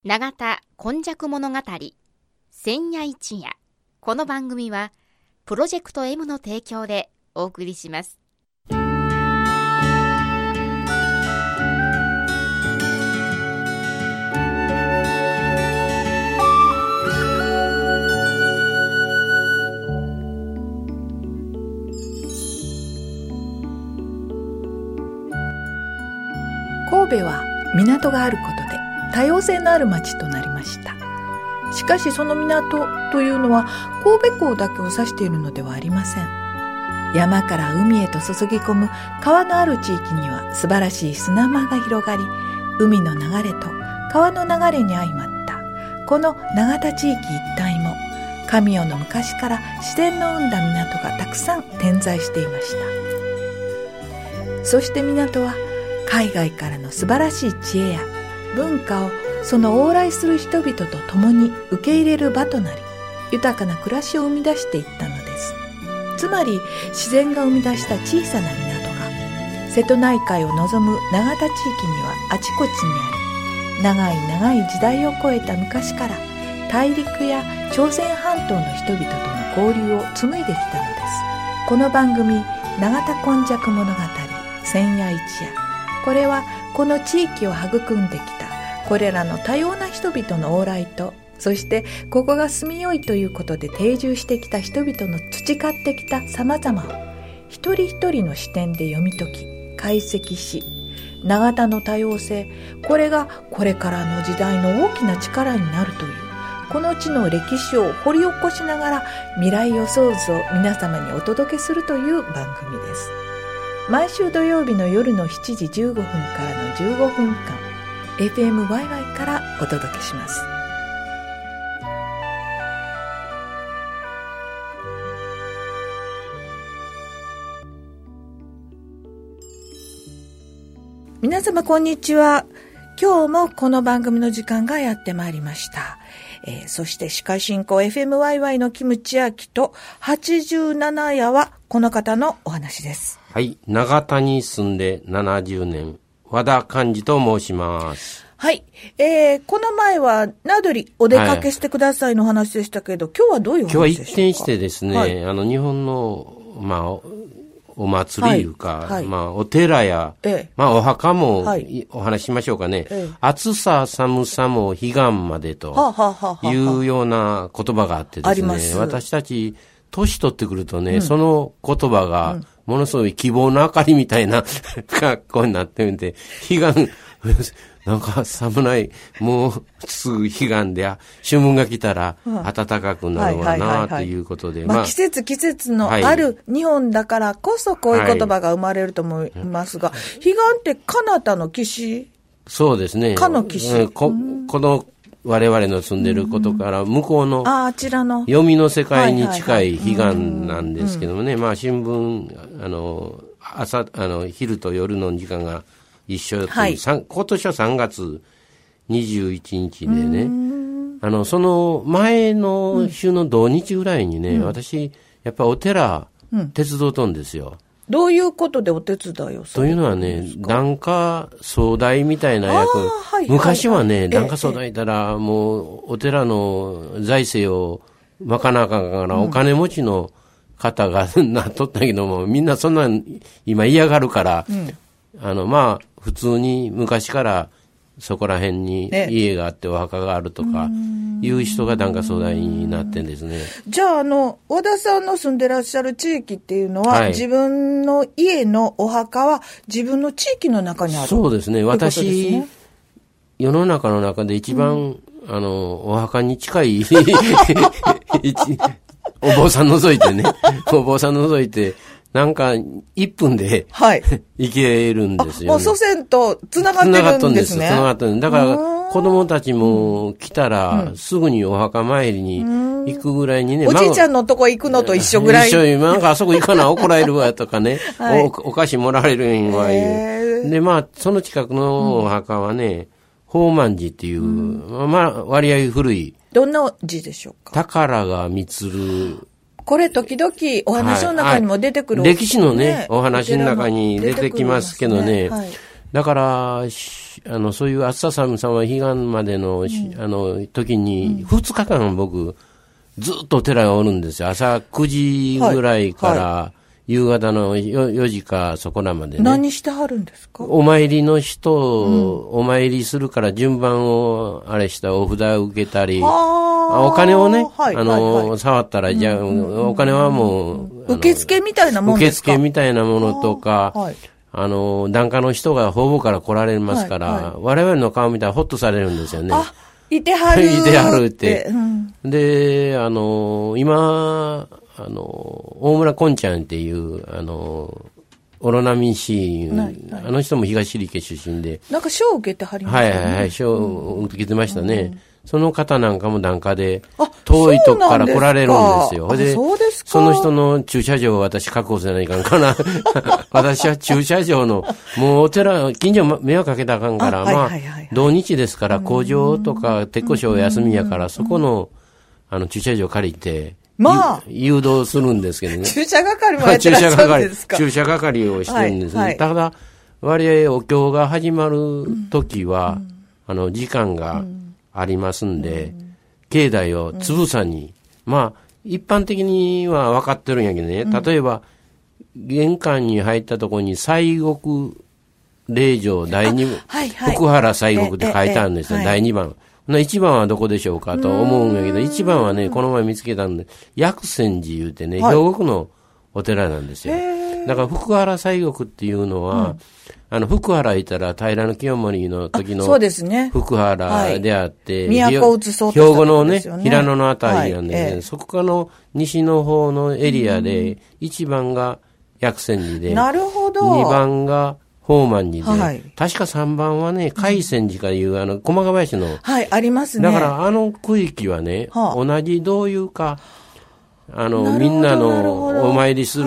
永田今昔物語千夜一夜。この番組はプロジェクト M の提供でお送りします。 神戸は港があることで多様性のある町となりました。しかしその港というのは神戸港だけを指しているのではありません。山から海へと注ぎ込む川のある地域には素晴らしい砂間が広がり、海の流れと川の流れに相まったこの永田地域一帯も神代の昔から自然の生んだ港がたくさん点在していました。そして港は海外からの素晴らしい知恵や文化をその往来する人々と共に受け入れる場となり、豊かな暮らしを生み出していったのです。つまり自然が生み出した小さな港が瀬戸内海を望む永田地域にはあちこちにあり、長い長い時代を超えた昔から大陸や朝鮮半島の人々との交流を紡いできたのです。この番組永田今昔物語千夜一夜、これはこの地域を育んできたこれらの多様な人々の往来と、そしてここが住みよいということで定住してきた人々の培ってきた様々を一人一人の視点で読み解き解析し、永田の多様性、これがこれからの時代の大きな力になるというこの地の歴史を掘り起こしながら未来予想図を皆様にお届けするという番組です。毎週土曜日の夜の7時15分からの15分間、FMYY からお届けします。皆様こんにちは。今日もこの番組の時間がやってまいりました。そして司会進行 FMYY のキムチヤキと87夜はこの方のお話です。 はい、永田に住んで70年、和田寛治と申します。 はい、この前は名取お出かけしてくださいの話でしたけど、今日はどういう話でしょうか。 今日は一転してですね、日本のお祭りいうか、お寺や、お墓も、お話ししましょうかね。暑さ寒さも彼岸までというような言葉があってですね、私たち年取ってくるとね、その言葉がものすごい希望の明かりみたいな格好になってみて、彼岸なんか寒ない、もうすぐ彼岸で春分が来たら暖かくなるわなということで、 季節のある日本だからこそこういう言葉が生まれると思いますが、彼岸って彼方の岸？ そうですね。 かの岸。 この我々の住んでることから向こうのあちらの読みの世界に近い彼岸なんですけどもね、新聞昼と夜の時間が一緒という、今年は3月21日でね、その前の週の土日ぐらいにね、私やっぱりお寺、手伝うとんですよ。 どういうことでお手伝いをするんですか？ というのはね、檀家総代みたいな役、昔はね、檀家総代いたらもうお寺の財政を賄わなあかんからお金持ちの方がなっとったけども、みんなそんなん今嫌がるから、普通に昔からそこら辺に家があってお墓があるとかいう人が檀家総代になってんですね。 じゃあ和田さんの住んでらっしゃる地域っていうのは、自分の家のお墓は自分の地域の中にある。 そうですね。私世の中の中で一番、お墓に近いお坊さん除いてね、お坊さん除いてなんか1分で、行けるんですよ、ね。もう祖先と繋がってるんですね。 繋がってるんです。だから子供たちも来たら、すぐにお墓参りに行くぐらいにね。 おじいちゃんのとこ行くのと一緒ぐらい。 一緒に、なんかあそこ行かな怒られるわとかね、お菓子もらえるんわいう。で、その近くのお墓はね、宝満寺っていう、割合古い。 どんな字でしょうか？ 宝が満る。 これ時々お話の中にも出てくる、 歴史のね、お話の中に出てきますけどね。だから、 そういう暑さ寒さは彼岸までの、時に、2日間僕、ずっとお寺がおるんですよ。朝9時ぐらいから、夕方の4時かそこらまでね。 何してはるんですか？ お参りの人を、お参りするから順番をあれしたお札を受けたり、お金をね、触ったら、じゃあ、お金はもう、 受付みたいなものですか？ 受付みたいなものとか、檀家の人が方々から来られますから、我々の顔見たらホッとされるんですよね。 いてはるいてはるって。で、今、大村こんちゃんっていう、オロナミン市、あの人も東利家出身で。 なんか賞を受けてはりましたね。 賞を受けてましたね。その方なんかも檀家で、遠いとこから来られるんですよ。 そうですか。 その人の駐車場を私確保せないかんかな。私は駐車場の、もうお寺、近所迷惑かけたらあかんから、まあ、土日ですから、工場とか鉄工所休みやから、そこの、駐車場借りて、誘導するんですけどね。 駐車係もやってらっしゃるんですか？ 駐車係をしてるんですね。ただ、割合お経が始まる時は、時間がありますんで、境内をつぶさに、まあ、一般的には分かってるんやけどね、例えば、玄関に入ったところに、西国霊場第二、福原西国って書いてあるんですよ、第2番。1番はどこでしょうかと思うんやけど、1番はね、この前見つけたんで、薬泉寺言うてね、兵庫区のお寺なんですよ。だから福原西国っていうのは、福原いたら平清盛の時の福原であって、 都を移そうと兵庫のね、平野のあたりなんで、ねそこからの西の方のエリアで、1番が薬泉寺で、2番が宝満寺で、確か3番はね、海泉寺かいう駒ヶ林の、 ありますね。 だから区域はね、同じどういうか、みんなのお参りする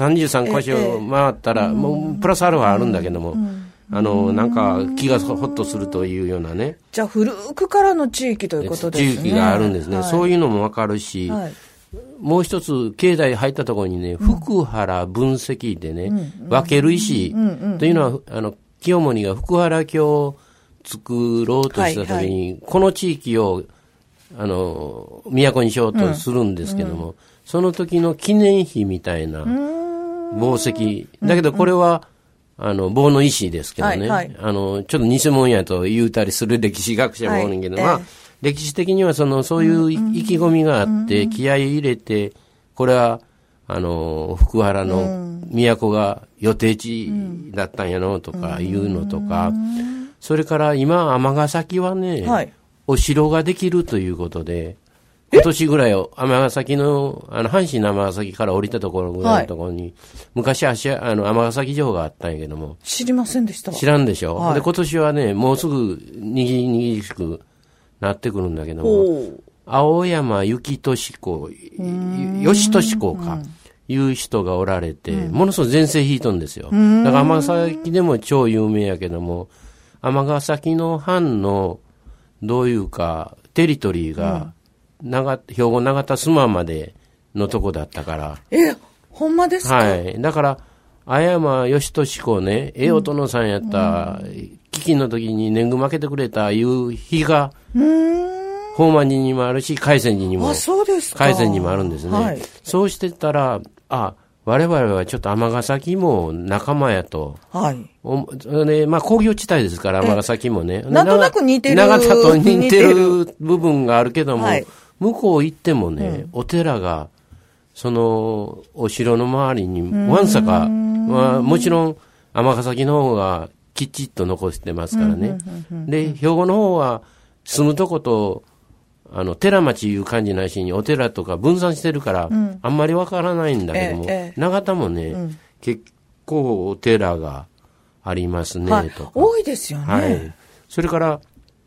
33箇所回ったら、もうプラスアルファあるんだけども、なんか気がほっとするというようなね。 じゃあ古くからの地域ということですね。 地域があるんですね。そういうのもわかるし、もう一つ、境内入ったところにね、福原分析でね、分ける石というのは、清盛が福原京を作ろうとしたときに、この地域を、都にしようとするんですけども、その時の記念碑みたいな宝石。だけどこれは、棒の石ですけどね、ちょっと偽物やと言うたりする歴史学者もおるんけど、まあ、歴史的にはそういう意気込みがあって、気合い入れて、これは、福原の都が予定地だったんやのとかいうのとか、それから今、尼崎はね、お城ができるということで、今年ぐらい尼崎の、阪神の尼崎から降りたところぐらいのところに、昔尼崎城があったんやけども。 知りませんでした。 知らんでしょ。で、今年はね、もうすぐにぎしくなってくるんだけども、青山幸俊公、義俊公か、いう人がおられて、ものすごい全盛引いとんですよ。だから尼崎でも超有名やけども、尼崎の藩の、どういうか、テリトリーが、兵庫長田須磨までのとこだったから。 ほんまですか？ だから、青山義俊公ね、お殿さんやった、飢饉の時に年貢負けてくれたいう日が、宝満寺にもあるし、海泉寺にも、海泉寺もあるんですね。そうしてたら、我々はちょっと尼崎も仲間やと。まあ工業地帯ですから、尼崎もね。 なんとなく似てる。 長田と似てる部分があるけども、向こう行ってもね、お寺が、その、お城の周りに、わんさか、もちろん、尼崎の方がきちっと残してますからね。で、兵庫の方は、住むとこと、寺町いう感じないしに、お寺とか分散してるから、あんまりわからないんだけども、長田もね、結構お寺がありますね、とか。 多いですよね。 それから、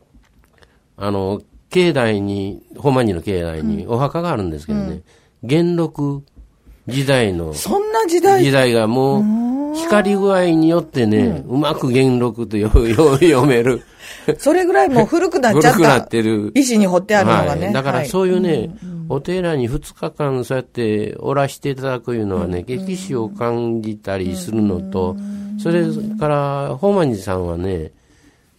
境内に、宝満寺の境内にお墓があるんですけどね、元禄時代の、 そんな時代がもう、光り具合によってね、うまく元禄と読める。 それぐらいもう古くなっちゃった。 古くなってる。 石に彫ってあるのがね。 だからそういうね、お寺に2日間そうやっておらしていただくいうのはね、歴史を感じたりするのと、それから宝満寺さんはね、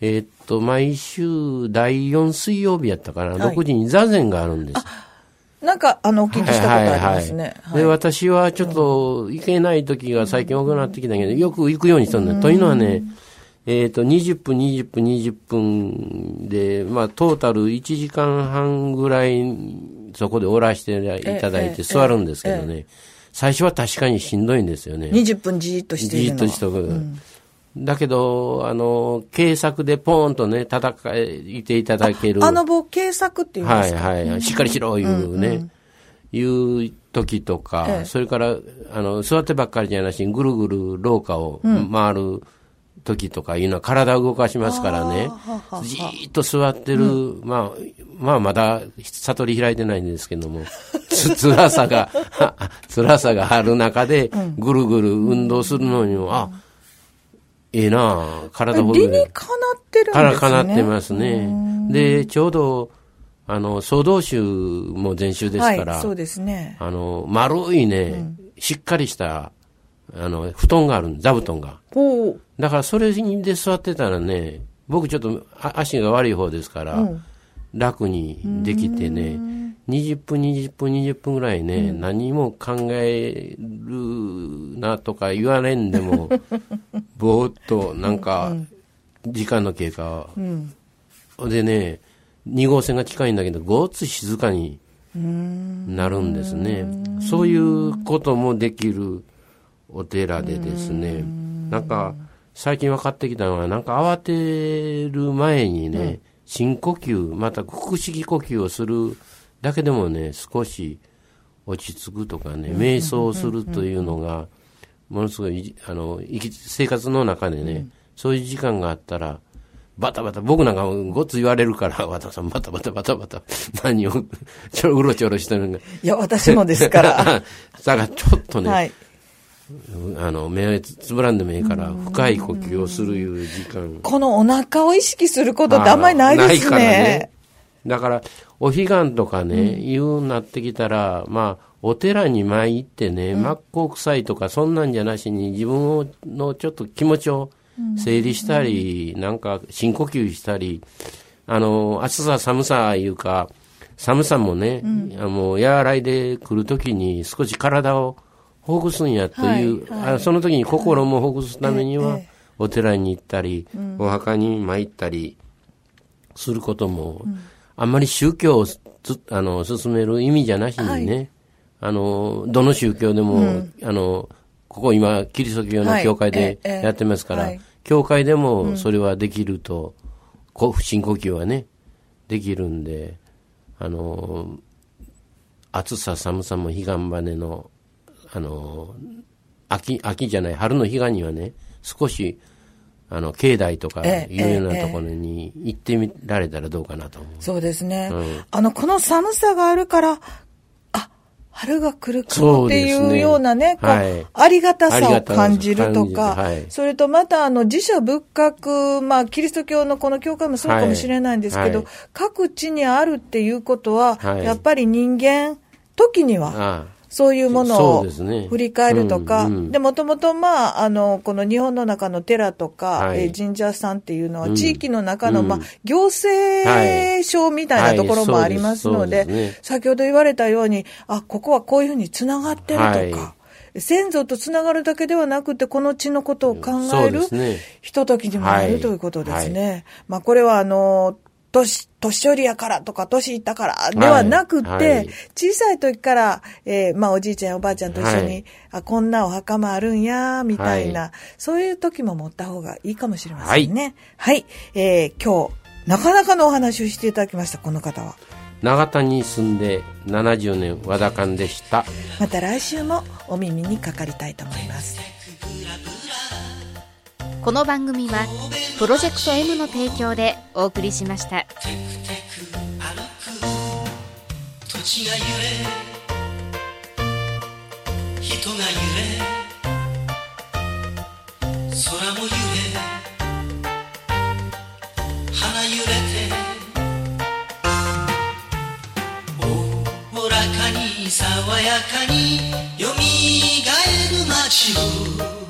毎週第4水曜日やったかな、6時に座禅があるんです。 なんか、お聞きしたことありますね。 で、私はちょっと行けない時が最近多くなってきたけど、よく行くようにしたんだ。というのはね、20分、20分、20分で、まあ、トータル1時間半ぐらい、そこでおらしていただいて座るんですけどね、最初は確かにしんどいんですよね。 20分じーっとしているの。 じーっとしとく。だけど、軽作でポーンとね、叩いていただける。 軽作っていうんですか？ はいはい。しっかりしろ、いうね、いう時とか、それから、座ってばっかりじゃなしに、ぐるぐる廊下を回る時とかいうのは体を動かしますからね、じーっと座ってる、まあ、まだ悟り開いてないんですけども、辛さがある中で、ぐるぐる運動するのにも、ええなあ、体ほど。 理にかなってるんですね。 かなってますね。で、ちょうど、総動衆も前週ですから、 そうですね。 丸いね、しっかりした、布団がある座布団が。だからそれで座ってたらね、僕ちょっと足が悪い方ですから、楽にできてね、20分ぐらいね、何も考えるなとか言われんでも、ぼーっとなんか、時間の経過でね、2号線が近いんだけど、ごっつ静かになるんですね。そういうこともできるお寺でですね、なんか、最近分かってきたのは、なんか慌てる前にね、深呼吸、また腹式呼吸をするだけでもね、少し落ち着くとかね、瞑想するというのが、ものすごい、生活の中でね、そういう時間があったら、バタバタ、僕なんかごっつ言われるから、バタバタ、何を、うろちょろしてるのが。 いや、私もですから。 だからちょっとね、目つぶらんでもいいから、深い呼吸をするいう時間。 このお腹を意識することってあんまりないですね。ないからね。 だから、お彼岸とかね、いうなってきたら、まあ、お寺に参ってね、真っ向臭いとか、そんなんじゃなしに、自分のちょっと気持ちを整理したり、なんか深呼吸したり、暑さ寒さいうか、寒さもね、もう和らいでくるときに少し体をほぐすんやという、その時に心もほぐすためには、お寺に行ったり、お墓に参ったりすることも、あんまり宗教を進める意味じゃなしにね、どの宗教でも、ここ今、キリスト教の教会でやってますから、教会でもそれはできると、深呼吸はね、できるんで、暑さ寒さも彼岸羽の、秋じゃない、春の彼岸にはね、少し、境内とかいうようなところに行ってみられたらどうかなと思う。 そうですね。この寒さがあるから、春が来るかもっていうようなね、ありがたさを感じるとか、それとまた自社仏閣、まあキリスト教のこの教会もそうかもしれないんですけど、各地にあるっていうことは、やっぱり人間、時には、そういうものを振り返るとか、で、もともとまあ、この日本の中の寺とか、神社さんっていうのは地域の中のまあ、行政省みたいなところもありますので、先ほど言われたように、ここはこういうふうにつながってるとか、先祖とつながるだけではなくて、この地のことを考えるひとときにもなるということですね。まあ、これは年寄りやからとか、年いったからではなくて、小さい時から、まあおじいちゃんやおばあちゃんと一緒に、こんなお墓もあるんや、みたいな、そういう時も持った方がいいかもしれませんね。はい。今日、なかなかのお話をしていただきました、この方は。 長田に住んで70年、和田勘でした。 また来週もお耳にかかりたいと思います。 この番組はプロジェクト M の提供でお送りしました。土地が揺れ、人が揺れ、空も揺れ、花揺れて、おおらかに爽やかによみがえる街を